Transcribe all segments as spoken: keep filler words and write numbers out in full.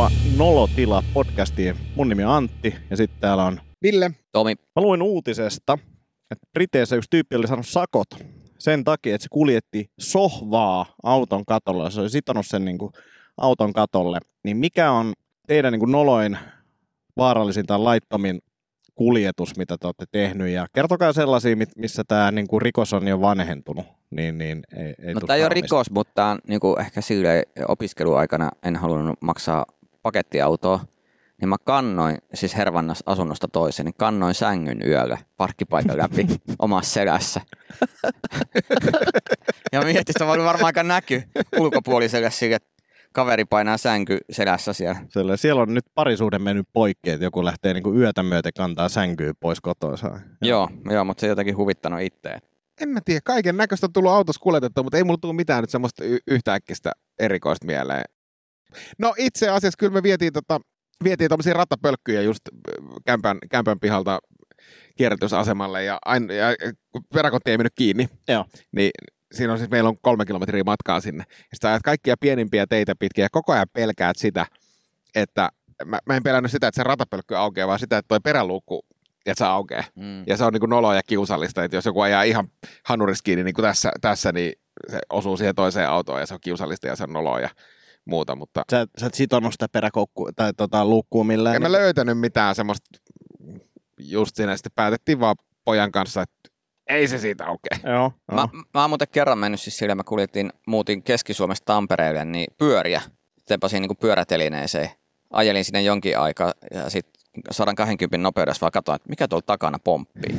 Tervetuloa Nolotila podcastiin. Mun nimi on Antti ja sitten täällä on Ville. Tomi. Mä luin uutisesta, että Briteissä yksi tyyppi oli saanut sakot sen takia, että se kuljetti sohvaa auton katolle. Se oli sitonut sen niin kuin auton katolle. Niin mikä on teidän niin kuin noloin, vaarallisin tai laittomin kuljetus, mitä te olette tehnyt? Ja kertokaa sellaisia, missä tämä niin kuin rikos on jo vanhentunut. Niin, niin ei, ei no tämä ei ole rikos, mutta niin kuin ehkä silleen opiskeluaikana en halunnut maksaa pakettiautoa. Niin mä kannoin, siis Hervannassa asunnosta toiseen, niin kannoin sängyn yöllä parkkipaikan läpi omassa selässä. Ja mietin, että varmaan aika näky ulkopuoliselle sille, että kaveri painaa sänky selässä siellä. Siellä, siellä on nyt parisuhde mennyt poikki, että joku lähtee niin kuin yötä myöten kantaa sänkyä pois kotoa. Joo, joo, mutta se on jotenkin huvittanut itseä. En mä tiedä, kaiken näköistä on tullut autossa kuljetettua, mutta ei mulla tullut mitään nyt semmoista y- yhtäkkistä erikoista mieleen. No itse asiassa kyllä me vietiin tota... Vietiin tommosia rattapölkkyjä just kämpän, kämpän pihalta kierrätysasemalle ja, aina, ja kun peräkontti ei mennyt kiinni, Joo. niin siinä on siis, meillä on kolme kilometriä matkaa sinne. Ja sitten ajat kaikkia pienimpiä teitä pitkiä ja koko ajan pelkäät sitä, että mä, mä en pelännyt sitä, että se ratapölkky aukeaa, vaan sitä, että toi peräluukku, että se aukeaa. Mm. Ja se on niin kuin noloa ja kiusallista, että jos joku ajaa ihan hanurissa kiinni niin kuin tässä, tässä, niin se osuu siihen toiseen autoon ja se on kiusallista ja se on noloa ja muuta, mutta... Sä, sä et sitonut sitä peräkoukkua tai tota, luukkua millään? En mä löytänyt mitään semmoista, just siinä sitten päätettiin vaan pojan kanssa, että ei se siitä aukea. Okay. Joo. Mä, mä oon muuten kerran mennyt siis sillä, mä kuljettiin, muutin Keski-Suomesta Tampereelle, niin pyöriä, tempasin niin pyörätelineeseen, ajelin sinne jonkin aikaa ja sitten sata kaksikymmentä nopeudessa vaan katsoin, että mikä tuolla takana pomppii.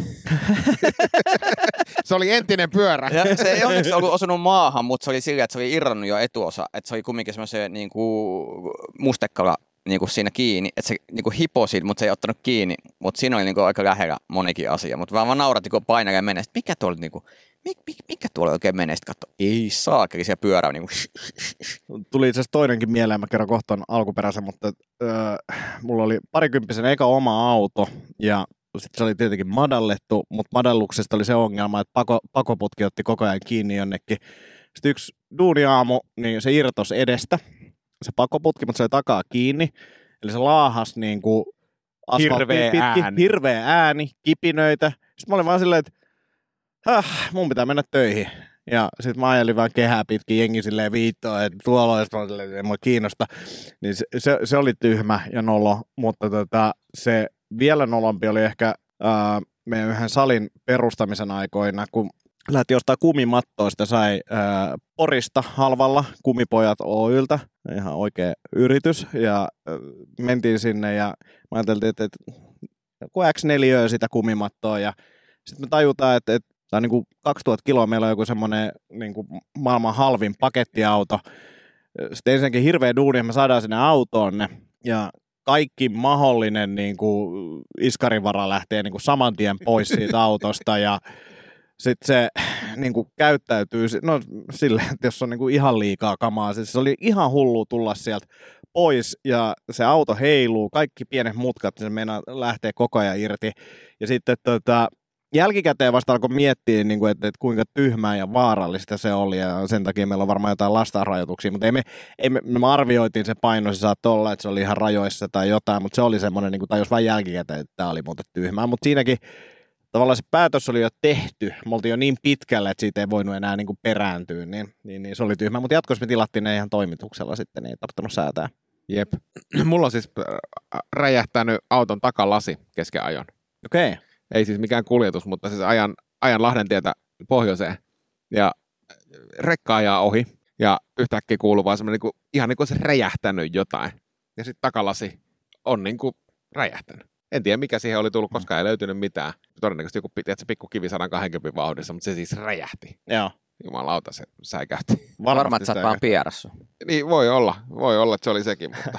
Se oli entinen pyörä. Ja se ei onneksi ollut osunut maahan, mutta se oli sillä, että se oli irronnut jo etuosa, että se oli kumminkin semmoisen niin kuin mustekala niin kuin siinä kiinni, että se niin kuin hiposi, mutta se ei ottanut kiinni, mutta siinä oli niin kuin aika lähellä monikin asia, mutta vaan, vaan nauratti, kun painaa ja menee, että mikä tuolla, niin kuin, mik, mik, mikä tuolla oikein menee, sitten katso, ei saakeli, siellä pyörä on niin kuin... Tuli itse asiassa toinenkin mieleen, mä kerron kohtaan alkuperäisen, mutta öö, mulla oli parikymppisen eka oma auto ja sitten se oli tietenkin madallettu, mutta madalluksesta oli se ongelma, että pako, pakoputki otti koko ajan kiinni jonnekin. Sitten yksi duuniaamu, niin se irtos edestä, se pakoputki, mutta se oli takaa kiinni. Eli se laahasi niin kuin hirveä pitkin, ääni. hirveä ääni, kipinöitä. Sitten mä olin vaan silleen, että häh, mun pitää mennä töihin. Ja sitten mä ajelin vaan kehää pitkin, jengi silleen viittoa, että tuolla on, mä silleen, ei mua kiinnosta. Niin se, se, se oli tyhmä ja nolo, mutta tota, se vielä nolompi oli ehkä ää, meidän yhden salin perustamisen aikoina, kun lähti jostain kumimattoista, sai ää, Porista halvalla Kumipojat Oy:ltä, ihan oikea yritys, ja ää, mentiin sinne ja mä ajattelin, että, että kun X neljä sitä kumimattoa, ja sitten me tajutaan, että, että tämä on niin kuin kaksituhatta kiloa, meillä on joku semmoinen niin kuin maailman halvin pakettiauto. Sitten ensinnäkin hirveä duuni, että me saadaan sinne autoon ne, ja kaikki mahdollinen niin kuin iskarivara lähtee niin kuin saman tien pois siitä autosta, ja sitten se niin kuin käyttäytyy no, silleen, että jos on niin kuin ihan liikaa kamaa, siis se oli ihan hullu tulla sieltä pois, ja se auto heiluu, kaikki pienet mutkat, se meinaa lähtee koko ajan irti, ja sitten tota, jälkikäteen vasta alkoi miettiä, niin kuin, että, että kuinka tyhmää ja vaarallista se oli, ja sen takia meillä on varmaan jotain lastarrajoituksia, mutta ei me, ei me, me arvioitiin se paino, se saattoi olla, että se oli ihan rajoissa tai jotain, mutta se oli semmoinen, niin kuin tajus vain jälkikäteen, että tämä oli muuten tyhmää, mutta siinäkin tavallaan se päätös oli jo tehty, me oltiin jo niin pitkällä, että siitä ei voinut enää niin kuin perääntyä, niin, niin, niin se oli tyhmää, mutta jatkossa me tilattiin ne ihan toimituksella sitten, niin ei tarvinnut säätää. Jep. Mulla on siis räjähtänyt auton takalasi kesken ajon. Okei. Okay. Ei siis mikään kuljetus, mutta siis ajan, ajan Lahdentietä pohjoiseen. Ja rekka ajaa ohi. Ja yhtäkkiä kuuluu vaan semmoinen, niin kuin, ihan niin kuin se räjähtänyt jotain. Ja sitten takalasi on niin kuin räjähtänyt. En tiedä, mikä siihen oli tullut, koska ei löytynyt mitään. Todennäköisesti joku että se pikku kivi sata kaksikymmentä vauhdissa, mutta se siis räjähti. Joo. Jumalauta, se säikähti. Varmaan, että sä oot vaan pierassu. Niin, voi olla. Voi olla, että se oli sekin, mutta...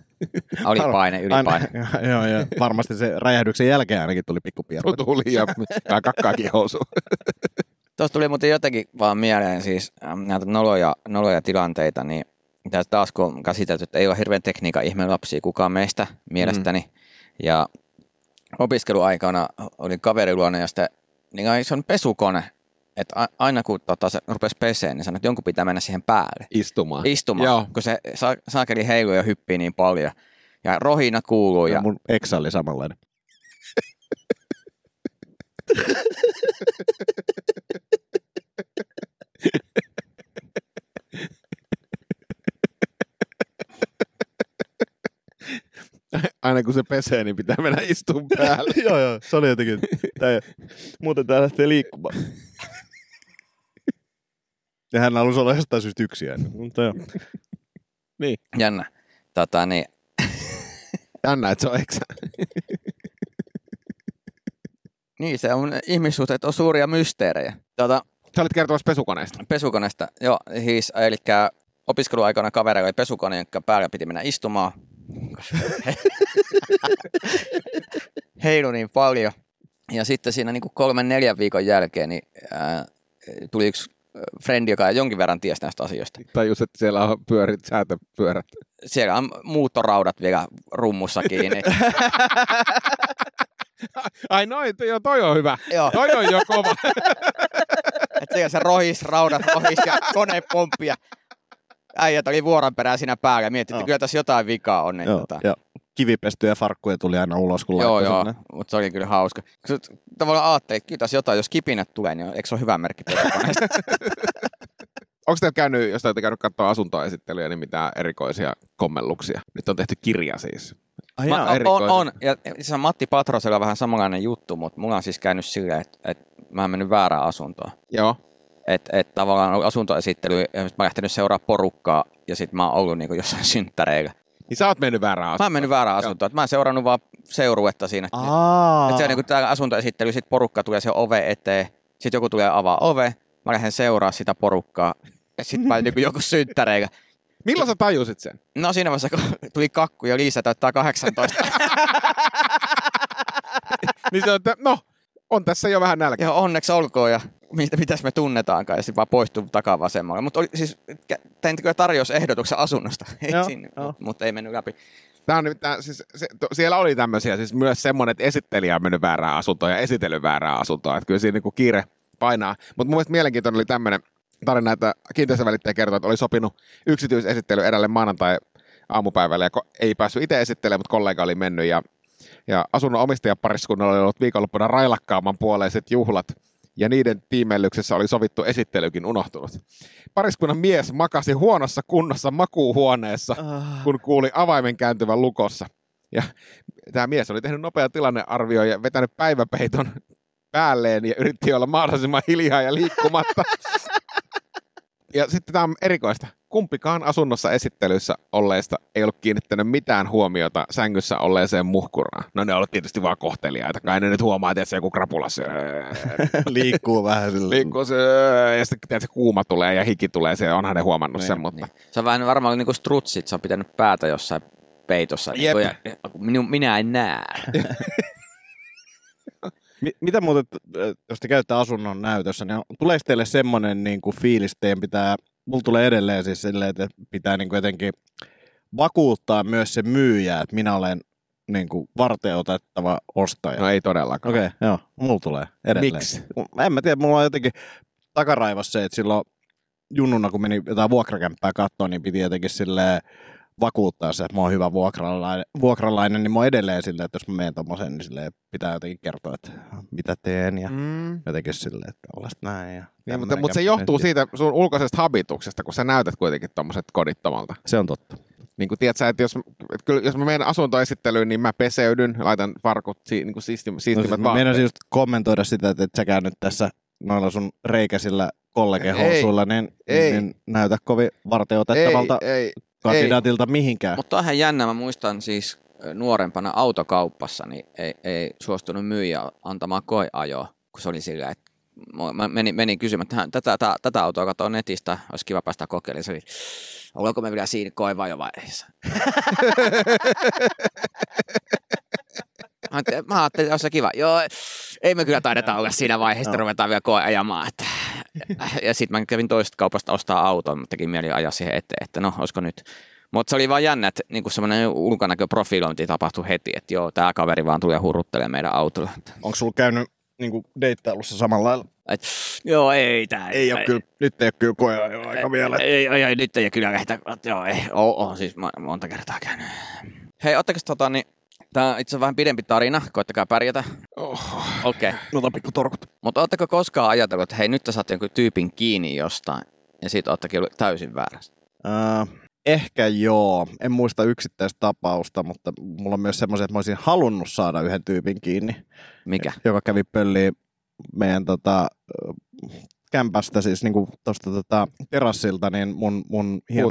Alipaine, ylipaine. Aina, joo, joo. Varmasti se räjähdyksen jälkeen ainakin tuli pikku pieru. Tuli ja vähän kakkaakin housuun. Tuossa tuli muuten jotenkin vaan mieleen siis näitä noloja, noloja tilanteita, niin taas kun on käsitelty, että ei ole hirveän tekniikan ihmeen lapsia kukaan meistä mielestäni. Mm. Ja opiskeluaikana olin kaveriluona ja sitten niin se on pesukone että aina kun tota, se rupesi peseen, niin sanoi, että jonkun pitää mennä siihen päälle. Istumaan. Istumaan, Joo. kun se sa- saakeli heiluu ja hyppii niin paljon. Ja rohina kuuluu. Ja, ja mun eksä oli samanlainen. Aina kun se pesee, niin pitää mennä istumaan päälle. joo, joo, se oli jotenkin. Tää, muuten tää lähtee liikkumaan. Ja hän halusi olla jostain syystä yksin. Mutta joo. Niin. Jännä. Tota, niin. Jännä, että se on eksä. Niin, se on, ihmissuhteet on suuria mysteerejä. Tota, Sä olit kertomassa pesukoneesta. Pesukoneesta, joo. Siis, eli opiskeluaikana kavereilla oli pesukone, jonka päällä piti mennä istumaan. Heilu niin paljon. Ja sitten siinä niin kuin kolmen neljän viikon jälkeen niin, ää, tuli yksi frendi, joka jonkin verran tiesi näistä asioista. Tajus, että siellä on pyörit, säätöpyörät. Siellä on muuttoraudat vielä rummussa kiinni. Ai noin, joo, toi on hyvä. Joo. Toi on jo kova. Että siellä se rohis, raudat rohis ja kone pomppi. Äijät oli vuoron perään siinä päällä ja mietti, että kyllä tässä jotain vikaa on. Niin joo, tota... ja kivipestyjä farkkuja tuli aina ulos, kun joo, laittoi joo, sinne. mutta se oli kyllä hauska. Tavallaan ajattelin, että kyllä tässä jotain, jos kipinät tulee, niin eikö se ole hyvä merkki pesukoneesta? Onko teillä käynyt, jos te olette käynyt katsoa asuntoesittelyjä, niin mitään erikoisia kommelluksia? Nyt on tehty kirja siis. Ai Ma- on, on, ja siis Matti Patrosella on vähän samanlainen juttu, mutta mulla on siis käynyt silleen, että, että mä oon mennyt väärään asuntoon. Joo. Että et tavallaan on asuntoesittely, ja mä oon lähtenyt seuraa porukkaa, ja sit mä oon ollut niinku jossain synttäreillä. Niin sä oot mennyt väärään asuntoon? Mä oon mennyt väärään asuntoon. Mä oon seurannut vaan seuruetta siinä. Aa. Että se on niinku täällä asuntoesittely, sit porukka tulee se ove eteen, sit joku tulee avaa ove, mä lähden seuraa sitä porukkaa, ja sit mä oon niinku joku synttäreillä. Milloin sä tajusit sen? No siinä vaiheessa, kun tuli kakku ja Liisa täyttää kahdeksantoista. Niin se on, että no, on tässä jo vähän nälkä. Ja onneksi olkoon ja mistä, mitäs me tunnetaankaan ja sitten vaan poistuu takavasemmalle. Mutta siis tein kyllä tarjousehdotuksen asunnosta, mutta mut ei mennyt läpi. Tämä on nimittäin, siis, se, to, siellä oli tämmöisiä, siis myös semmoinen, että esittelijä on mennyt väärään asuntoon ja esitellyt väärään asuntoon. Että kyllä siinä niinku kiire painaa. Mutta mun mielestä mielenkiintoinen oli tämmöinen tarina, että kiinteistövälittäjä kertoi, että oli sopinut yksityisesittely erälle maanantai aamupäivällä ja ko- ei päässyt itse esittelemään, mutta kollega oli mennyt ja, ja asunnon omistajapariskunnalla oli ollut viikonloppuna railakkaamman puoleiset juhlat ja niiden tiimellyksessä oli sovittu esittelykin unohtunut. Pariskunnan mies makasi huonossa kunnossa makuuhuoneessa, kun kuuli avaimen kääntyvän lukossa. Ja tämä mies oli tehnyt nopea tilannearvio ja vetänyt päiväpeiton päälleen ja yritti olla mahdollisimman hiljaa ja liikkumatta. Ja sitten tämä on erikoista. Kumpikaan asunnossa esittelyssä olleista ei ollut kiinnittänyt mitään huomiota sängyssä olleeseen muhkuraan. No ne ovat tietysti vaan kohteliaita. Kai ne nyt huomaa, että se joku krapula liikkuu vähän sillä. Liikkuu se, ja sitten se kuuma tulee ja hiki tulee. Se onhan ne huomannut niin, sen, mutta... Niin. Se on vähän varmaan niin kuin strutsit. Se on pitänyt päätä jossain peitossa. Niin ja, minu, minä en näe. Mitä muuten, jos te käytte asunnon näytössä, niin tuleeko teille semmoinen niin kuin fiilis, että teidän pitää, mulla tulee edelleen siis silleen, että pitää niin kuin jotenkin vakuuttaa myös se myyjä, että minä olen niin kuin varteenotettava ostaja. No ei todellakaan. Okei, okay, joo, mulla tulee edelleen. Miksi? En mä tiedä, mulla on jotenkin takaraivassa se, että silloin junnuna, kun meni jotain vuokrakämppää katsoa, niin piti jotenkin silleen vakuuttaa se, että mä oon hyvä vuokralainen, vuokralainen, niin mä oon edelleen silleen, että jos mä menen tommoseen, niin silleen pitää jotenkin kertoa, että mitä teen ja mm. jotenkin silleen, että ollaista näin. Ja niin, mutta, mutta se johtuu siitä sun ulkoisesta habituksesta, kun sä näytät kuitenkin tommoset kodittomalta. Se on totta. Niin kuin tiedät sä, että jos, että kyllä, jos mä menen asuntoesittelyyn, niin mä peseydyn, laitan farkut, niin kuin siistimät no, vaatteet. Mä meinasin just kommentoida sitä, että et sä käynyt tässä noilla sun reikäisillä kollegehousuilla, niin, niin näytä kovin varteenotettavalta kandidaatilta ei mihinkään. Mutta on ihan jännä, mä muistan siis nuorempana autokauppassa, niin ei, ei suostunut myyjä antamaan koeajoa, kun se oli sillä, että mä menin, menin kysymään, että tätä, tätä, tätä autoa katsoa netistä, olisi kiva päästä kokeilemaan. Se oli, ollaanko me vielä siinä koevaiheessa? Mä ajattelin, että olisi kiva. Joo, ei me kyllä taideta olla siinä vaiheessa, että ruvetaan vielä koeajamaan. Että. Ja sitten mä kävin toisesta kaupasta ostaa auton, mutta tekin mieli ajaa siihen eteen, että no, olisiko nyt. Mutta se oli vaan jännä, että niinku semmoinen ulkonäköprofilointi tapahtui heti, että joo, tämä kaveri vaan tulee hurruttelemaan meidän autolla. Onko sulla käynyt niinku deittailussa samalla lailla? Et, joo, ei tää. Ei ole kyllä, nyt ei ole kyllä koe aika vielä. Ei, ei, ei, nyt ei kyllä lähdetä. Joo, ei, oo, oo, siis monta kertaa käynyt. Hei, ootteko tota, niin, tää on itse asiassa vähän pidempi tarina, koittakaa pärjätä. Oh. Okei. Okay. Ota pikku torkut. Mutta ootteko koskaan ajatellut, että hei, nyt sä saat jonkun tyypin kiinni jostain, ja sit oottekin ollut täysin väärässä? Uh, ehkä joo. En muista yksittäistä tapausta, mutta mulla on myös semmoisia, että mä olisin halunnut saada yhden tyypin kiinni. Mikä? Joka kävi pölliin meidän tota, kämpästä, siis niinku tosta tota, terassilta, niin mun, mun hienot,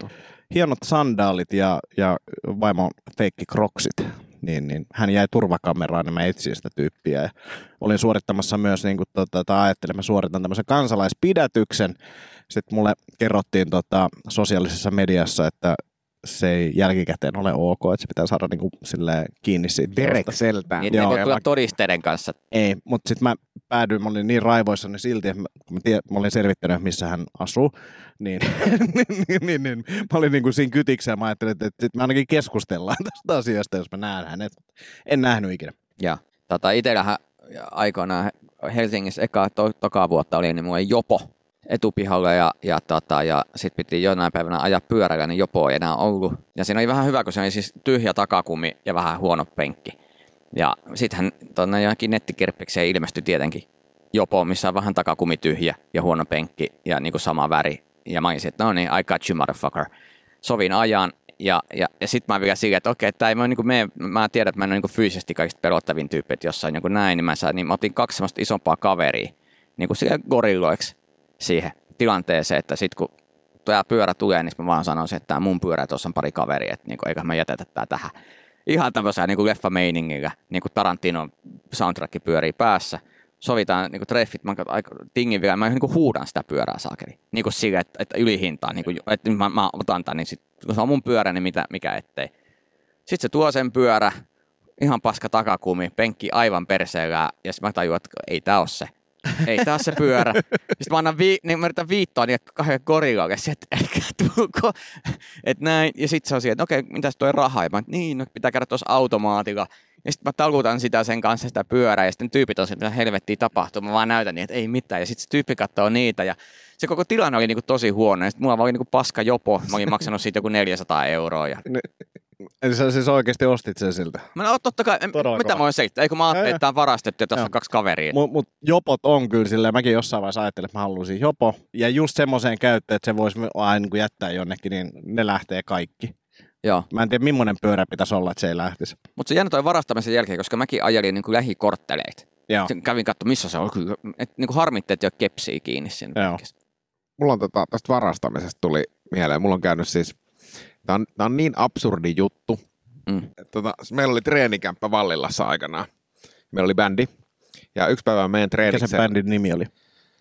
hienot sandaalit ja, ja vaimon feikki kroksit. Niin, niin hän jäi turvakameraan, niin mä etsin sitä tyyppiä. Ja olin suorittamassa myös, niin kuin, tota, tai ajattelin, mä suoritan tämmöisen kansalaispidätyksen. Sitten mulle kerrottiin tota, sosiaalisessa mediassa, että se ei jälkikäteen ole ok, että se pitää saada niin kuin, silleen, kiinni siitä. Verekseltään. Niin, ne voi tulla todisteiden kanssa. Ei, mutta sitten mä päädyin, mä olin niin raivoissani silti, että mä, mä, tiedän, mä olin selvittänyt, missä hän asuu. Niin, niin, niin, niin, mä olin niin kuin siinä kytiksessä ja mä ajattelin, että, että, että me ainakin keskustellaan tästä asiasta, jos mä näen hänet. En nähnyt ikinä. Ja tota, itsellähän aikoinaan Helsingissä eka to, toka vuotta oli, niin mulla ei jopo etupihalla ja, ja, tota, ja sit piti jonain päivänä ajaa pyörällä, niin jopo ei enää ollut. Ja siinä oli vähän hyvä, kun se oli siis tyhjä takakumi ja vähän huono penkki. Ja sittenhän tuonne johonkin nettikirppikseen ilmestyi tietenkin jopo, missä on vähän takakumi tyhjä ja huono penkki ja niin kuin sama väri. Ja mä olisin, että no niin, I got you motherfucker. Sovin ajan ja, ja, ja sit mä vielä silleen, että okei, että ei mä, niin kuin mene, mä tiedän, että mä en ole niin fyysisesti kaikista pelottavin tyyppi, että jossain niin kuin näin, niin mä, sain, niin mä otin kaksi semmoista isompaa kaveria, niin kuin silleen gorilloiksi siihen tilanteeseen, että sit kun tämä pyörä tulee, niin mä vaan sanoisin, että tämä mun pyörä, tuossa on pari kaveria, että niin kuin, eikä mä jätetä tää tähän. Ihan tämmöisellä niin kuin leffa-meiningillä, niin kuin Tarantinon soundtrack pyörii päässä. Sovitaan niin kuin treffit, mä tingin vielä, mä niin kuin huudan sitä pyörää saakeli. Niin kuin sille, että, että ylihintaan, niin kuin, että mä, mä otan tämän, niin sit, kun se on mun pyörä, niin mitä, mikä ettei. Sitten se tuo sen pyörä, ihan paska takakumi, penkki aivan perseellä, ja sitten mä tajuan, että ei tää ole se. Ei tää ole se pyörä. Sitten mä annan vi- niin mä yritän viittoa niille kahden gorillalle, että älkää tulko. Että näin, ja sitten se on siihen, että okei, mitäs toi raha? Ja mä niin, no pitää käydä tuossa automaatilla. Ja sitten mä talutan sitä sen kanssa sitä pyörää, ja sitten tyypit on se, mitä helvettiä tapahtuu. Mä vaan näytän niin, että ei mitään. Ja sitten se tyyppi katsoo niitä, ja se koko tilanne oli niinku tosi huono. Ja sitten mulla oli niinku paska jopo. Mä olin maksanut siitä joku neljäsataa euroa. Ja... Eli sä siis oikeasti ostit sen siltä? Mä no, totta kai, Todella mitä mä voin selittää? Eikö mä ajattelin, että tää on varastettu ja tässä on kaksi kaveria. Mutta mut jopot on kyllä silleen, mäkin jossain vaiheessa ajattelin, että mä haluaisin jopo. Ja just semmoiseen käyttöön, että se voisi aina niin jättää jonnekin, niin ne lähtee kaikki. Joo. Mä en tiedä, millainen pyörä pitäisi olla, että se ei lähtisi. Mutta se jännä toi varastamisen jälkeen, koska mäkin ajelin niin kuin lähikortteleita. Joo. Kävin katsomaan, missä se on. Et, niin kuin harmitti, että ei ole kepsiä kiinni siinä. Joo. Mulla on tota, tästä varastamisesta tuli mieleen. Mulla on käynyt siis, tää on, tää on niin absurdi juttu. Mm. Että, tota, meillä oli treenikämppä Vallilassa aikanaan. Meillä oli bändi. Ja yksi päivä meidän treenikseen... Mikä sen bändin nimi oli?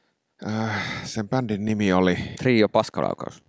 Äh, sen bändin nimi oli... Trio Paskalaukaus.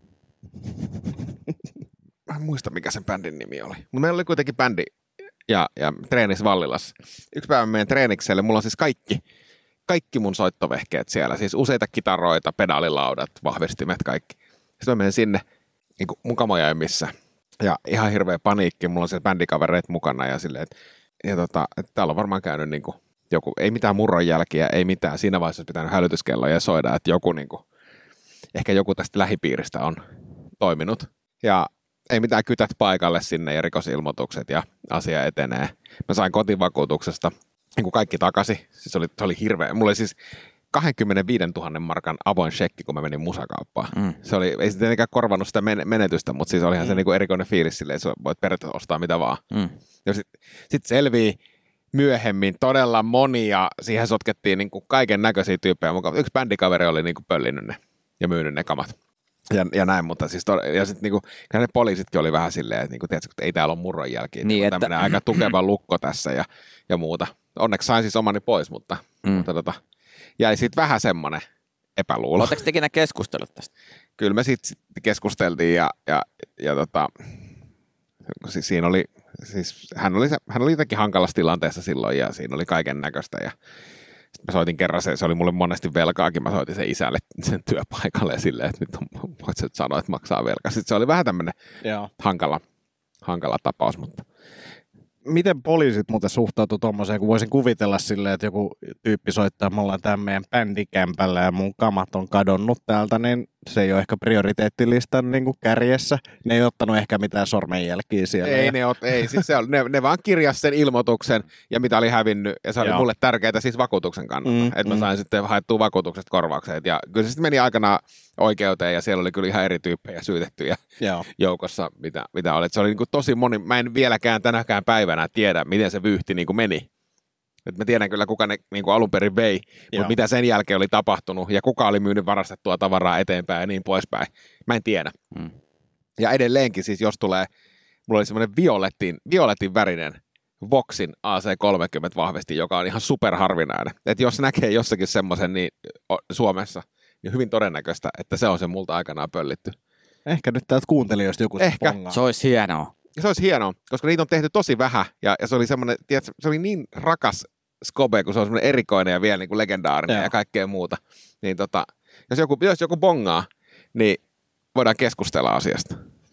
Mä en muista, mikä sen bändin nimi oli. Mutta meillä oli kuitenkin bändi ja, ja treenis Vallilassa. Yksi päivä meidän treenikselle, mulla on siis kaikki, kaikki mun soittovehkeet siellä. Siis useita kitaroita, pedaalilaudat, vahvistimet, kaikki. Sitten mä menen sinne, niin kuin mun kamoja ei missään. Ja ihan hirveä paniikki, mulla on siellä bändikavereet mukana ja silleen, että ja tota, et täällä on varmaan käynyt niin kuin joku, ei mitään murron jälkiä, ei mitään. Siinä vaiheessa olisi pitänyt hälytyskelloja soida, että joku niin kuin, ehkä joku tästä lähipiiristä on toiminut. Ja ei mitään kytät paikalle sinne ja rikosilmoitukset ja asia etenee. Mä sain kotivakuutuksesta niin kuin kaikki takaisin. Siis oli, se oli hirveä. Mulla oli siis kaksikymmentäviisituhatta markan avoin shekki, kun mä menin musakauppaan. Mm. Se oli, ei se tietenkään korvannut sitä menetystä, mutta siis olihan mm. se niin kuin erikoinen fiilis silleen, että voit periaatteessa ostaa mitä vaan. Mm. Ja sitten sit selvii myöhemmin todella monia, siihen sotkettiin niin kuin kaiken näköisiä tyyppejä mukaan. Yksi bändikaveri oli niin kuin pöllinyt ne ja myynyt ne kamat. Ja, ja näin, mutta siis to, ja sitten niinku, ne poliisitkin oli vähän silleen, että niinku, tiedätkö, että ei täällä ole murron jälkiä. Niin, että... tämmöinen aika tukeva lukko tässä ja, ja muuta. Onneksi sain siis omani pois, mutta, mm. mutta tota, jäi sitten vähän semmoinen epäluulo. Oletteko tekin keskustelut tästä? Kyllä me sitten sit keskusteltiin ja, ja, ja tota, siis siinä oli, siis hän oli, hän oli jotenkin hankalassa tilanteessa silloin ja siinä oli kaiken näköistä ja sitten mä soitin kerran, se, se oli mulle monesti velkaakin, mä soitin sen isälle sen työpaikalle silleen, että nyt on, voit sä sanoa, että maksaa velkaa. Sitten se oli vähän tämmöinen hankala, hankala tapaus, mutta miten poliisit muuten suhtautuu tommoseen, kun voisin kuvitella silleen, että joku tyyppi soittaa, me ollaan tämän meidän bändikämpällä ja mun kamat on kadonnut täältä, niin se ei ole ehkä prioriteettilistan niin kuin kärjessä. Ne ei ottanut ehkä mitään sormenjälkiä siellä. Ei, ja... ne, ot, ei siis se oli, ne, ne vaan kirjasi sen ilmoituksen ja mitä oli hävinnyt, ja se oli Joo. mulle tärkeää siis vakuutuksen kannalta, Mm, että mä mm. sain sitten haettua vakuutukset korvaukset, ja kyllä se sitten meni aikanaan oikeuteen, ja siellä oli kyllä ihan eri tyyppejä syytettyjä Joo. joukossa, mitä, mitä oli. Et se oli niin kuin tosi moni, mä en vieläkään tänäkään päivänä tiedä, miten se vyyhti niin kuin meni. Et mä tiedän kyllä, kuka ne niin kuin alun perin vei, Joo. mutta mitä sen jälkeen oli tapahtunut, ja kuka oli myynyt varastettua tavaraa eteenpäin ja niin poispäin. Mä en tiedä. Mm. Ja edelleenkin siis, jos tulee, mulla oli semmoinen violetin, violetin värinen Voxin A C kolmekymmentä vahvisti, joka on ihan superharvinainen. Että jos näkee jossakin semmoisen niin, o, Suomessa, niin hyvin todennäköistä, että se on se multa aikanaan pöllitty. Ehkä nyt täältä kuuntelijoista joku Ehkä. pongaa. Se olisi hienoa. Ja se olisi hienoa, koska niitä on tehty tosi vähän, ja, ja se oli semmoinen, tiedätkö, se oli niin rakas skobe, kun se on semmoinen erikoinen ja vielä niin kuin legendaarinen Joo. ja kaikkea muuta. Niin tota, jos joku, jos joku bongaa, niin voidaan keskustella asiasta.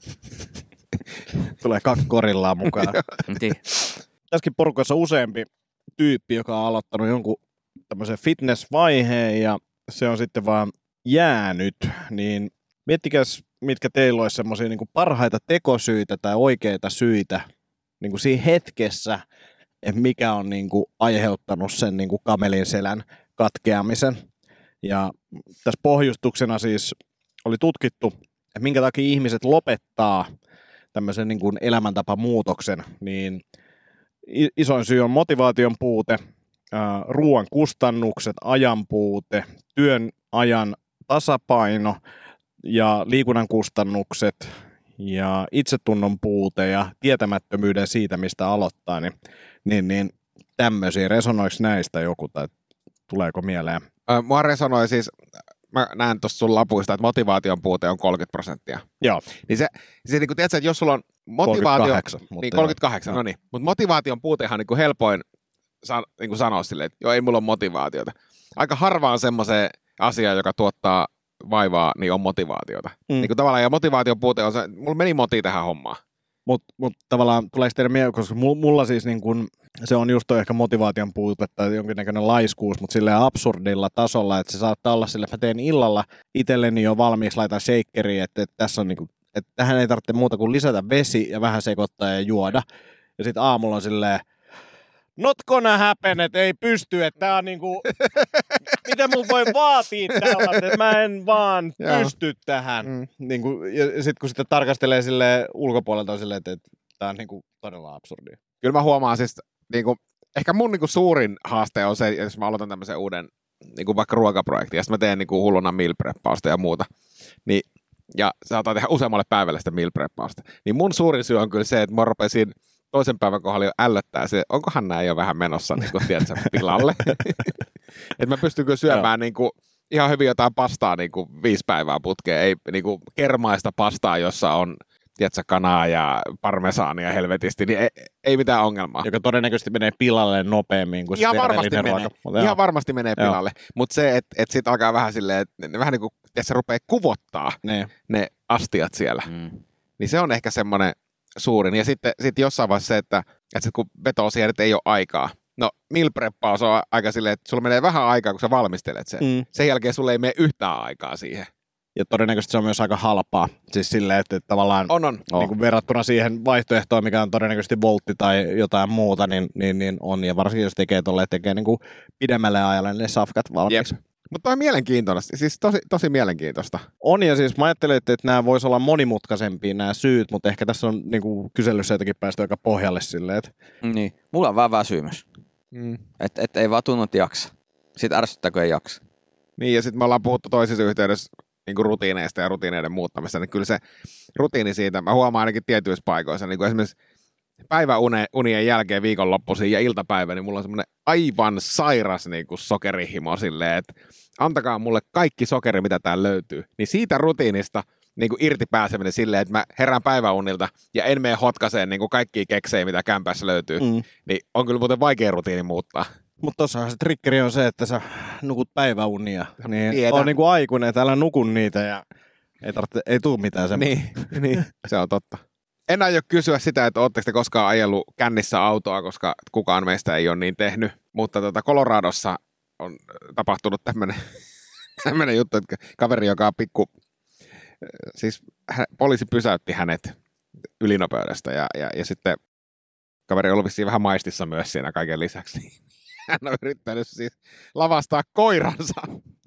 Tulee kaksi korillaa mukaan. Tässäkin porukassa useampi tyyppi, joka on aloittanut jonkun tämmöisen fitness-vaiheen ja se on sitten vaan jäänyt, niin miettikäs, mitkä teillä olisi semmoisia niin kuin parhaita tekosyitä tai oikeita syitä niin kuin siinä hetkessä, että mikä on niin kuin aiheuttanut sen niin kuin kamelin selän katkeamisen. Ja tässä pohjustuksena siis oli tutkittu, että minkä takia ihmiset lopettaa tämmöisen niin kuin elämäntapamuutoksen, niin isoin syy on motivaation puute, ruoan kustannukset, ajan puute, työn ajan tasapaino ja liikunnan kustannukset ja itsetunnon puute ja tietämättömyyden siitä, mistä aloittaa, niin, niin, niin tämmöisiä. Resonoiko näistä joku tai tuleeko mieleen? Mua resonoi siis, mä näen tuossa sun lapuista, että motivaation puute on kolmekymmentä prosenttia. Joo. Niin se, se niin kuin tiedätkö, että jos sulla on motivaatio... kolmekymmentäkahdeksan. Niin, kolmekymmentäkahdeksan, joo. no niin. Mutta motivaation puutehan on niin kuin helpoin san, niin kuin sanoa silleen, että joo, ei mulla ole motivaatiota. Aika harva on semmoiseen asiaan, joka tuottaa vaivaa, niin on motivaatiota. Mm. Niin kuin tavallaan, ja motivaation puute on se, mulla meni moti tähän hommaan. Mutta mut tavallaan tuleeko teidän mieleen, koska mulla siis niin kun, se on just toi ehkä motivaation puute tai jonkinnäköinen laiskuus, mutta silleen absurdilla tasolla, että se saattaa olla sille, että mä teen illalla itselleni jo valmiiksi, laitan shakeriin, että, että tässä on niin kuin, että tähän ei tarvitse muuta kuin lisätä vesi ja vähän sekoittaa ja juoda. Ja sitten aamulla on silleen, not gonna happen, että ei pysty, että tää on niinku, miten mun voi vaatia tällaista, että mä en vaan pysty tähän. Mm. Niinku, ja sitten kun sitä tarkastelee silleen ulkopuolelta on silleen, että, että tää on niinku todella absurdia. Kyllä mä huomaan siis, niinku, ehkä mun niinku suurin haaste on se, jos mä aloitan tämmöisen uuden niinku vaikka ruokaprojektin, ja sitten mä teen niinku hulluna meal preppausta ja muuta, niin, ja saatan tehdä useammalle päivälle sitä meal preppausta, niin mun suurin syy on kyllä se, että mä rupesin toisen päivän kohdalla jo ällöttää se, onkohan nämä jo vähän menossa niin kuin, tiedätkö, pilalle. Että mä pystyn kyllä syömään niin kuin, ihan hyvin jotain pastaa niin kuin, viisi päivää putkeen, ei niin kuin, kermaista pastaa, jossa on tiedätkö, kanaa ja parmesaania helvetisti, niin ei, ei mitään ongelmaa. Joka todennäköisesti menee pilalle nopeammin kuin ihan se varmasti menee. ruoka. Mutta ihan joo. varmasti menee pilalle, mutta se, että et sitten alkaa vähän silleen, että vähän niin kuin, että se rupeaa kuvottaa ne, ne astiat siellä, Mm. niin se on ehkä semmoinen suurin. Ja sitten, sitten jossain vaiheessa se, että, että sit kun vetoo siihen, että ei ole aikaa. No, meal preppaus on aika silleen, että sulla menee vähän aikaa, kun sä valmistelet sen. Mm. Sen jälkeen sulle ei mene yhtään aikaa siihen. Ja todennäköisesti se on myös aika halpaa. Siis silleen, että tavallaan On, on. niin kuin verrattuna siihen vaihtoehtoon, mikä on todennäköisesti voltti tai jotain muuta, niin, niin, niin on. Ja varsinkin jos tekee tolleen, tekee niin kuin pidemmälle ajalle ne safkat valmiiksi. Mutta toi on mielenkiintoista. Siis tosi, tosi mielenkiintoista. On, ja siis mä ajattelin, että, että nämä vois olla monimutkaisempia nämä syyt, mutta ehkä tässä on niin kuin kyselyssä jotenkin päästy aika pohjalle silleen, että Niin. Mulla on vähän väsymys. Mm. Että et ei vaan tunnu, että jaksa. Sitten ärsyttää, kun ei jaksa. Niin, ja sitten me ollaan puhuttu toisessa yhteydessä niin kuin rutiineista ja rutiineiden muuttamista, niin kyllä se rutiini siitä, mä huomaan ainakin tietyissä paikoissa, niin kuin esimerkiksi päiväunien jälkeen viikonloppuisin ja iltapäivä, niin mulla on semmoinen aivan sairas niin kuin sokerihimo silleen, että antakaa mulle kaikki sokeri, mitä täällä löytyy. Niin siitä rutiinista niin kuin irti pääseminen silleen, että mä herään päiväunilta ja en mene hotkaseen niin kuin kaikkia keksejä, mitä kämpässä löytyy, mm. niin on kyllä muuten vaikea rutiini muuttaa. mutta tossahan se triggeri on se, että sä nukut päiväunia, niin Tiedän. on niin kuin aikuinen, että älä nuku niitä ja ei, tarvitse, ei tule mitään semmoista. Niin, niin, se on totta. En aio kysyä sitä, että ootteko te koskaan ajellut kännissä autoa, koska kukaan meistä ei ole niin tehnyt. Mutta tota Coloradossa on tapahtunut tämmöinen tämmöinen juttu, että kaveri, joka on pikku, siis hän, poliisi pysäytti hänet ylinopeudesta ja, ja, ja sitten kaveri oli vissiin vähän maistissa myös siinä kaiken lisäksi. Hän on yrittänyt siis lavastaa koiransa.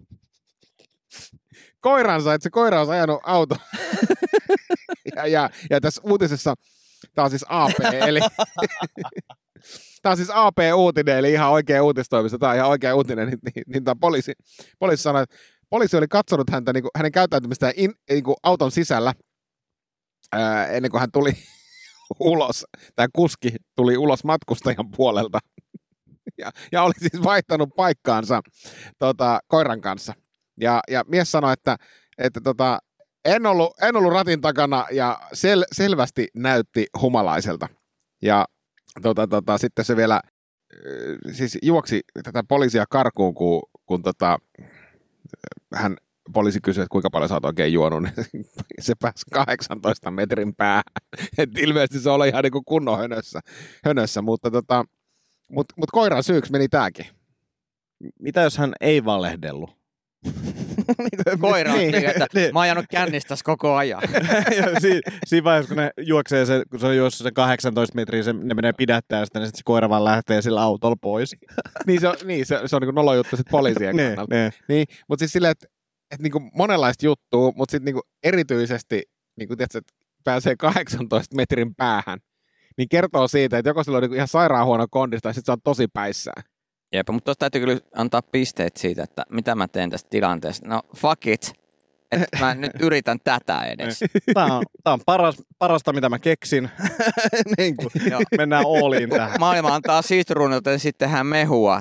Koiransa, että se koira on ajanut auto. ja, ja, ja tässä uutisessa, tämä on siis A P, eli tämä on siis A P-uutinen, eli ihan oikea uutistoimisto, tämä on ihan oikea uutinen, niin, niin, niin tämä poliisi, poliisi sanoi, että poliisi oli katsonut häntä, niin kuin, hänen käyttäytymistään in, niin kuin auton sisällä, ää, ennen kuin hän tuli ulos, tämä kuski tuli ulos matkustajan puolelta, ja, ja oli siis vaihtanut paikkaansa tota, koiran kanssa. Ja, ja mies sanoi, että, että tota, en, ollut, en ollut ratin takana ja sel, selvästi näytti humalaiselta. Ja tota, tota, sitten se vielä siis juoksi tätä poliisia karkuun, kun, kun tota, hän poliisi kysyi, että kuinka paljon sä oot oikein juonut, niin se pääsi kahdeksantoista metrin päähän. Et ilmeisesti se oli ihan niin kuin kunnon hönössä, hönössä mutta, tota, mutta, mutta koiran syyksi meni tääkin. Mitä jos hän ei valehdellut? Koira on niin, niin, että niin. mä oon ajanut kännistäs koko ajan. ja si, siinä vaiheessa, kun ne juoksee, se, kun se on juossut se kahdeksantoista metriä, se, ne menee pidättää sitä, niin sitten se koira vaan lähtee sillä autolla pois. niin se on, niin, se, se on niin kuin nolo juttu sitten poliisien niin, kannalta. niin. Niin, mutta siis silleen, että, että niin kuin monenlaista juttua, mutta sitten niin kuin erityisesti, niin kuin tiedätkö, että pääsee kahdeksantoista metrin päähän, niin kertoo siitä, että joko sillä on niin kuin ihan sairaan huono kondista, tai sitten se on tosi päissään. Jep, mutta tuossa täytyy kyllä antaa pisteet siitä, että mitä mä teen tästä tilanteesta. No fuck it, että mä nyt yritän tätä edes. Tämä on, tämä on paras, parasta, mitä mä keksin. niin kuin, mennään Olliin tähän. Maailma antaa sitruunilta ja sitten tehdään mehua.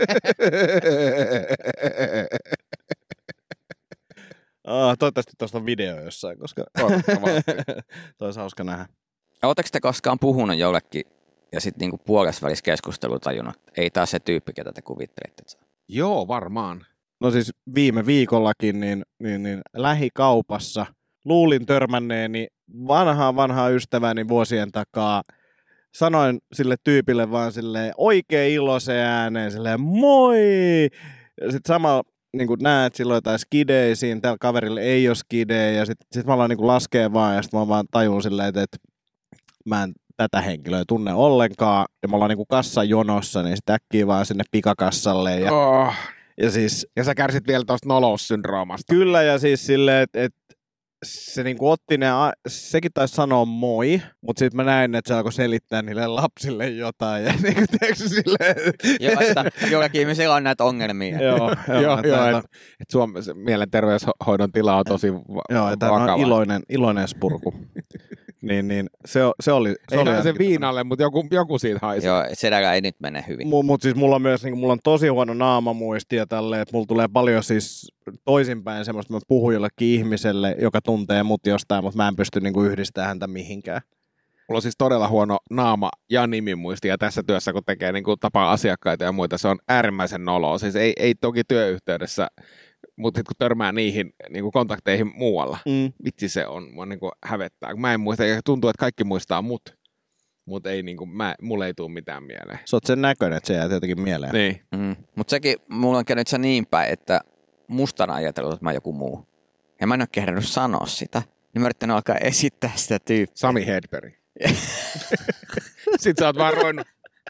oh, toivottavasti tuosta on video jossain, koska toi olisi hauska nähdä. Oletteko te koskaan puhunut jollekin ja sitten niinku puolessa välissä keskustelu tajunnut, ei taas se tyyppi, ketä te kuvittelitte? Joo, varmaan. No siis viime viikollakin niin, niin, niin lähikaupassa luulin törmänneeni vanhaa vanhaa ystäväni vuosien takaa. Sanoin sille tyypille vaan silleen oikein iloiseen ääneen silleen moi! Ja sitten samalla niin kuin näet silloin jotain skidejä siinä, tällä kaverilla ei ole skidejä ja sitten sit mä aloin niin laskea vaan ja sitten mä vaan tajun silleen, että, että mä en tätä henkilöä tunne ollenkaan ja me ollaan niin kuin kassajonossa, niin sitten äkkiä vaan sinne pikakassalle ja Oh. Ja, siis, ja sä kärsit vielä tuosta noloussyndroomasta. Kyllä, ja siis silleen, että et, se niinku otti ne, sekin taisi sanoa moi, mutta sitten mä näin, että se alkoi selittää niille lapsille jotain. Ja niinku teeksi silleen... Joo, että jollakin ihmisillä on näitä ongelmia. joo, joo, joo, joo että et, et Suomen mielenterveyshoidon tila on tosi va- joo, että vakava. on iloinen, iloinen spurku. niin, niin, se, se oli... Se Ei oli se viinalle, mutta joku, joku siitä haisi. Joo, sedällä ei nyt mene hyvin. Mutta mut siis mulla on myös niin mulla on tosi huono naamamuisti ja tälleen, että mulla tulee paljon siis toisinpäin semmoista, että mä puhun jollekin ihmiselle, joka tuntee mut jostain, mutta mä en pysty niin yhdistämään häntä mihinkään. Mulla on siis todella huono naama- ja nimimuisti, ja tässä työssä, kun tekee niin kuin tapaa asiakkaita ja muita, se on äärimmäisen noloa. Siis ei, ei toki työyhteydessä, mutta sitten kun törmää niihin niin kuin kontakteihin muualla, Mm. vitsi se on, mua niin kuin hävettää. Mä en muista, ja tuntuu, että kaikki muistaa mut, mutta ei, niin kuin, mä, mulle ei tule mitään mieleen. Sä oot sen näköinen, että se jää jotenkin mieleen. Niin. Mm. Mutta sekin, mulla on käynyt se niin päin, että musta on ajatellut, että mä oon joku muu. Ja mä en ole kehdannut sanoa sitä. Niin mä yrittänyt alkaa esittää sitä tyyppiä. Sami Hedberg. Sitten sä oot vaan ruvennut.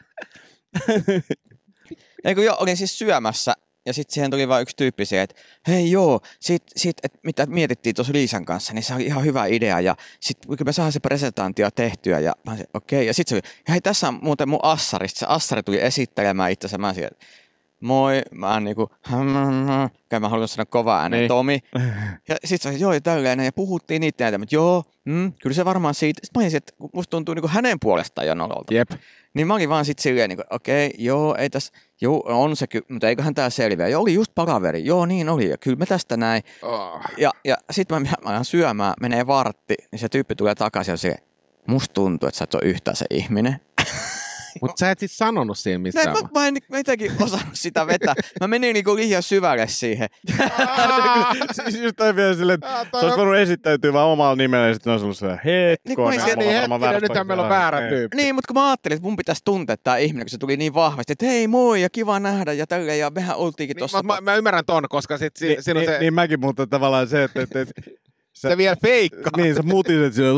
Ei kun jo, olin siis syömässä ja sitten siihen tuli vain yksi tyyppi siihen, että hei joo, sit, sit, et, mitä mietittiin tuossa Liisan kanssa, niin se oli ihan hyvä idea ja sitten kun me saadaan se presentaatio tehtyä ja mä olisin, okei, okay. Ja sitten se oli, ja hei tässä on muuten mun assarista, se assari tuli esittelemään itse asiassa, mä olisin, moi, mä oon niinku, mä haluan sanoa kova äänen, niin. Tomi. Ja sit se oli, joo, ja täydellinen, ja puhuttiin niitä näitä, mutta joo, mm, kyllä se varmaan siitä. Sitten mä olisin, että musta tuntuu niinku hänen puolestaan jo nololta. Jep. Niin mä olin vaan sit silleen, niinku, okei, okay, joo, ei tässä, joo, on se kyllä, mutta eiköhän tää selviä. Ja oli just palaveri, joo, niin oli, ja kyllä me tästä näin. Oh. Ja, ja sit mä, mä alan syömään, menee vartti, niin se tyyppi tulee takaisin ja silleen, musta tuntuu, että sä et ole yhtään se ihminen. Mutta sä et sit sanonut siinä missään. Näin, mä, mä en mä jotenkin osannut sitä vetää. Mä menin niinku liian syvälle siihen. Siis just toi vielä silleen, että se olisi voinut esittäytyä vaan omalla nimellä ja sitten on ollut se hetko. Niin, niin hetkinen, nythän meillä on väärä tyyppi. Niin, mutta kun mä ajattelin, että mun pitäisi tuntea tää ihminen, kun se tuli niin vahvasti, että hei moi ja kiva nähdä ja tälleen ja mehän oltiinkin niin, tossa. Mä, mä, mä ymmärrän ton, koska sit si, Ni, siinä on niin, se... niin mäkin, mutta tavallaan se, että... että, että sä, se vielä feikkaa. Niin, sä mutiset sille.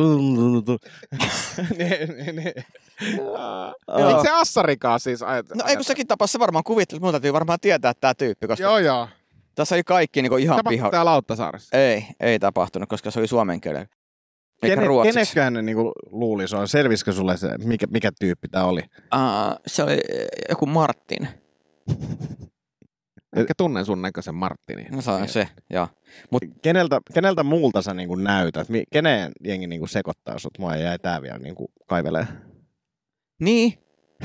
niin, niin, niin. Miksi se Assarikaan siis ajat? No ei kun sekin tapas, se varmaan kuvitteli, että mun täytyy varmaan tietää tää tyyppi, koska joo, joo. tässä oli kaikki niinku ihan piha. Tapahtuu tää Lauttasaaressa? Ei, ei tapahtunut, koska se oli suomen kielellä. Eikä Kene, ruotsiksi. Kenekään ne niinku luulisi on? Selvisikö sulle se, mikä, mikä tyyppi tää oli? Uh, se oli joku Martin. Ehkä tunnen sun näköisen Martinin. No se on se, joo. Mut, Keneltä, keneltä muulta sä niinku näytät? Mi- Keneen jengi niinku sekoittaa sut? Mua jäi tää vielä niinku kaivelee. niin.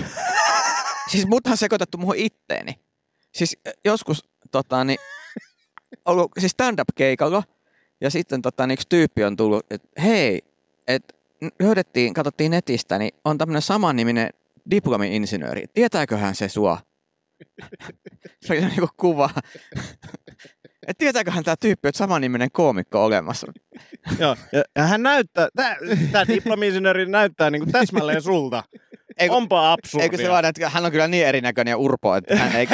Siis mut on sekoitettu muuhun itteeni. Siis joskus tota niin, ollut siis stand-up-keikalla ja sitten tota niin, yksi tyyppi on tullut, että hei, että löydettiin, katsottiin netistä, niin on tämmönen samanniminen diplomi-insinööri. Tietääköhän se sua? Se oli niinku kuva. Et tietääköhän tää tyyppi, että samanniminen koomikko olemassa. Joo, ja, ja hän näyttää, tää, tää diplomi-insinööri näyttää niinku täsmälleen sulta. Eikö, Onpa absurdia. eikö se vaan, että hän on kyllä niin erinäköinen ja urpo, että hän ei...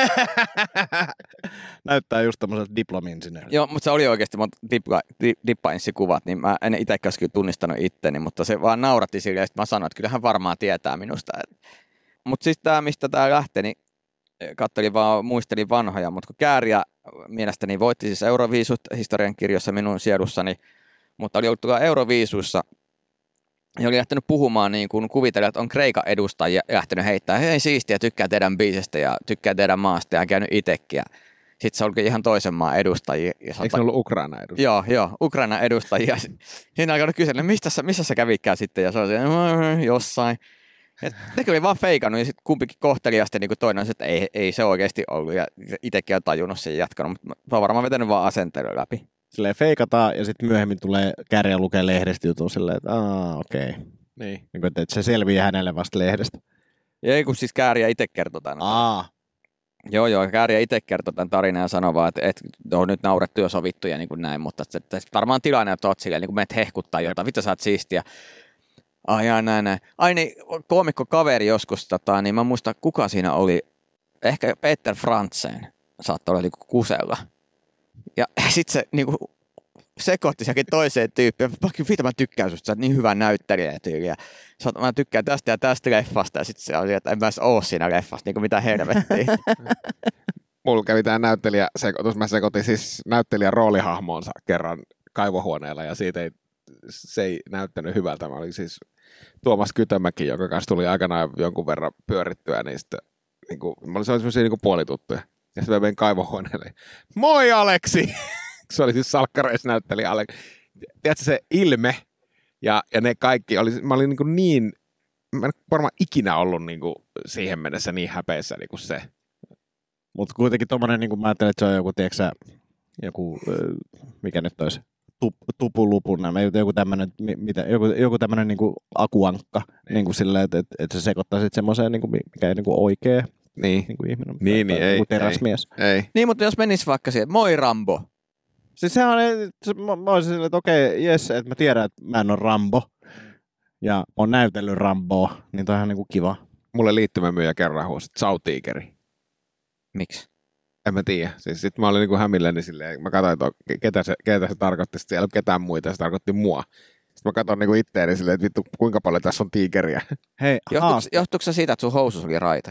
näyttää just tommoselta diplomi-insinööriltä. Joo, mutta se oli oikeasti mun dippa, dippa-inssikuvat, niin mä en itsekään kyllä tunnistanut itteni, mutta se vaan nauratti sille, ja sitten mä sanoin, että kyllä hän varmaan tietää minusta. Mutta siis tämä, mistä tämä lähti, niin katselin vaan, muistelin vanhoja, mutta kun Kääriä mielestäni voitti siis Euroviisut historian kirjoissa minun sielussani, mutta oli ollut tuolla Euroviisuissa, ja oli lähtenyt puhumaan niin kuin kuvitella, että on Kreikan edustajia lähtenyt heittää, hei siistiä, tykkää teidän biisistä ja tykkää teidän maasta ja on käynyt itsekin. Sitten se olikin ihan toisen maan edustajia. Ja eikö ne ollut Ukraina edustajia? Joo, joo, Ukraina edustajia. Siinä alkoi kysellä, mistä sä, missä sä kävikään sitten, ja se oli se, jossain. Et ne oli vaan feikannut, ja sitten kumpikin kohteliasti niin kuin toinen, että ei, ei se oikeasti ollut, ja itsekin on tajunnut sen jatkanut, mutta mä oon varmaan vetänyt vaan asentelun läpi. Silleen feikataan, ja sitten myöhemmin tulee Kääriä lukee lehdestä jutun silleen, että aah, okei. Okay. Niin. Niin että se selviää hänelle vasta lehdestä. Ja ei kun siis Kääriä itse kertoi tämän. Aa. Joo, joo, Kääriä itse kertoi tämän tarinan ja sanoi vaan, että, että on nyt naurettu ja sovittu ja niin kuin näin, mutta että, että varmaan tilanne on tot silleen, niin kuin menet hehkuttaa jotain, vittu sä oot siistiä. Ai jaa, näin, näin. Ai niin, koomikko kaveri joskus, tota, niin mä muistan, kuka siinä oli, ehkä Peter Frantzen saattoi olla niin kuin kusella. Ja sitten se niin kuin sekoitti sekin toiseen tyyppiin. Vittu mä tykkään susta, sä oot niin hyvä näyttelijä tyyliä. Mä tykkään tästä ja tästä leffasta ja sitten se oli, että en mä edes oo siinä leffasta, niin kuin mitä helvettiä. Mulla kävi tää näyttelijäsekoitus. Mä sekoitin siis näyttelijän roolihahmoonsa kerran kaivohuoneella ja siitä ei, se ei näyttänyt hyvältä. Mä olin siis Tuomas Kytömäki, joka kanssa tuli aikanaan jonkun verran pyörittyä niistä. Niin kuin, mä olin sellaisia niin puolituttuja. Ja sitten mä menin kaivohuoneelle. Moi Aleksi! Se oli siis salkkareisnäyttelijä Aleksi. Tiedätkö se ilme ja, ja ne kaikki, oli, mä olin niin, kuin niin mä en varmaan ikinä ollut niin kuin siihen mennessä niin häpeissä niin kuin se. Mutta kuitenkin tommonen, niin kuin mä ajattelen, että se on joku, tiedätkö joku, mikä nyt olisi, tup, tupulupun, joku tämmönen, mitä, joku, joku tämmönen niin kuin akuankka, niin kuin silleen, että, että, että se sekoittaa sitten semmoiseen, niin kuin, mikä ei niin kuin oikea. Niin. Niin kuin ihminen. Niin, niin, ei, teräsmies. Ei, ei. Niin, mutta jos menis vaikka siihen, moi Rambo. Siis sehän on, se, mä, mä olisin silleen, että okei, jes, että mä tiedän, että mä en ole Rambo. Ja on näytellyt Ramboa, niin toi on ihan niinku kiva. Mulle liittymämyyjä kerran huosi, Zautigeri. Miksi? En mä tiedä. Siis sit mä olin niinku hämilläni silleen, mä katsoin, että ketä se, ketä se tarkoitti, sitten siellä ei ketään muita, se tarkoitti mua. Sitten mä katsoin niinku itteeni silleen, että vittu, kuinka paljon tässä on tiikeriä. Hei, Johtuuko, johtuuko se siitä, että sun housus oli raita?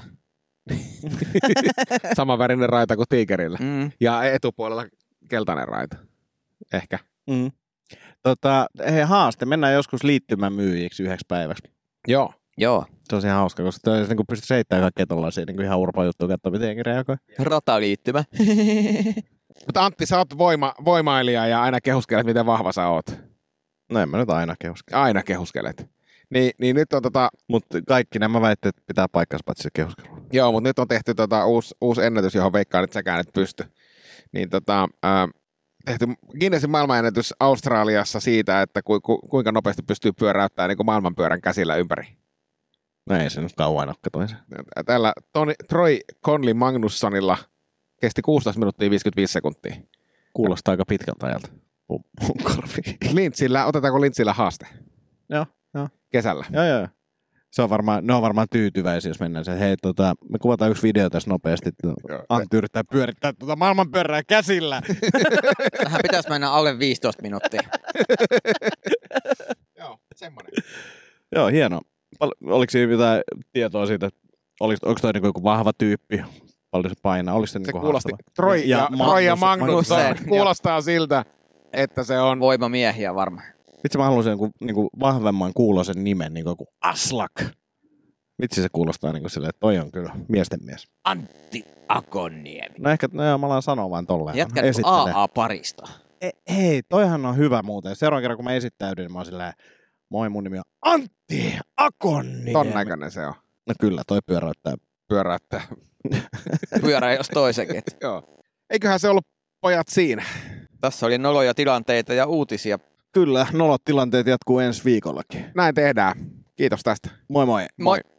Sama värinen raita kuin tiikerillä. Mm. Ja etupuolella keltainen raita. Ehkä. Mm. Tota, hei, haaste. Mennään joskus liittymään myyjiksi yhdeksi päiväksi. Joo. Joo. Se on ihan hauska, koska toi, niin pystyy seittämään kaikkea tollaisia niin ihan urpa juttuja, katsoa miten jengi reagoi. Rataliittymä. Mutta Antti, sä oot voima, voimailija ja aina kehuskelet, miten vahva sä oot. No en mä nyt aina kehuskele. Aina kehuskelet. Niin, niin nyt on tota... Mutta kaikki nämä väitteet pitää paikkansa paitsi kehuskelu. Joo, mutta nyt on tehty tota uusi, uusi ennätys, johon veikkaan, että säkään et pysty. Niin tota... Ää, tehty Guinnessin maailmanennätys Australiassa siitä, että ku, ku, kuinka nopeasti pystyy pyöräyttämään niin kuin maailmanpyörän käsillä ympäri. No ei se nyt kauan ole, katoin se. Tällä Toni, Troy Conley Magnussonilla kesti kuusitoista minuuttia viisikymmentäviisi sekuntia. Kuulostaa aika pitkältä ajalta. Mun, mun korviin. Lintsillä, otetaanko Lintsillä haaste? Joo, joo. Kesällä. Joo, joo. Se on varmaan, ne on varmaan tyytyväisiä, jos mennään se. Hei, tota, me kuvataan yksi video tässä nopeasti. Antti yrittää pyörittää tuota maailmanpyörää käsillä. Tähän pitäisi mennä alle viisitoista minuuttia. Joo, semmoinen. Joo, hieno. Pal- oliko siinä jotain tietoa siitä, että oliko, onko toi niinku joku vahva tyyppi? Paljon se painaa? Oliko se, Se niinku kuulosti, haastava? Troy ja, ja, Ma- Troy ja Magnus- Magnusson Magnusson, kuulostaa siltä, että se on... Voimamiehiä varmaan. Vitsi, mä haluaisin joku niinku vahvemman kuuloisen nimen, niinku joku Aslak. Vitsi, se kuulostaa niinku silleen, että toi on kyllä miesten mies. Antti Akoniemi. No ehkä, no joo, mä alan sanoa vaan tolleen. Jätkä Esittelee. A A-parista. E- hei, toihan on hyvä muuten. Seuraavan kerran, kun mä esittäydyn, niin mä oon silleen, moi, mun nimi on Antti Akoniemi. Ton näköinen se on. No kyllä, toi pyöräyttää. Pyöräyttää. Pyörä jos toisenkin. Joo. Eiköhän se ollut pojat siinä. Tässä oli noloja tilanteita ja uutisia. Kyllä, nolot tilanteet jatkuu ensi viikollakin. Näin tehdään. Kiitos tästä. Moi moi. Moi.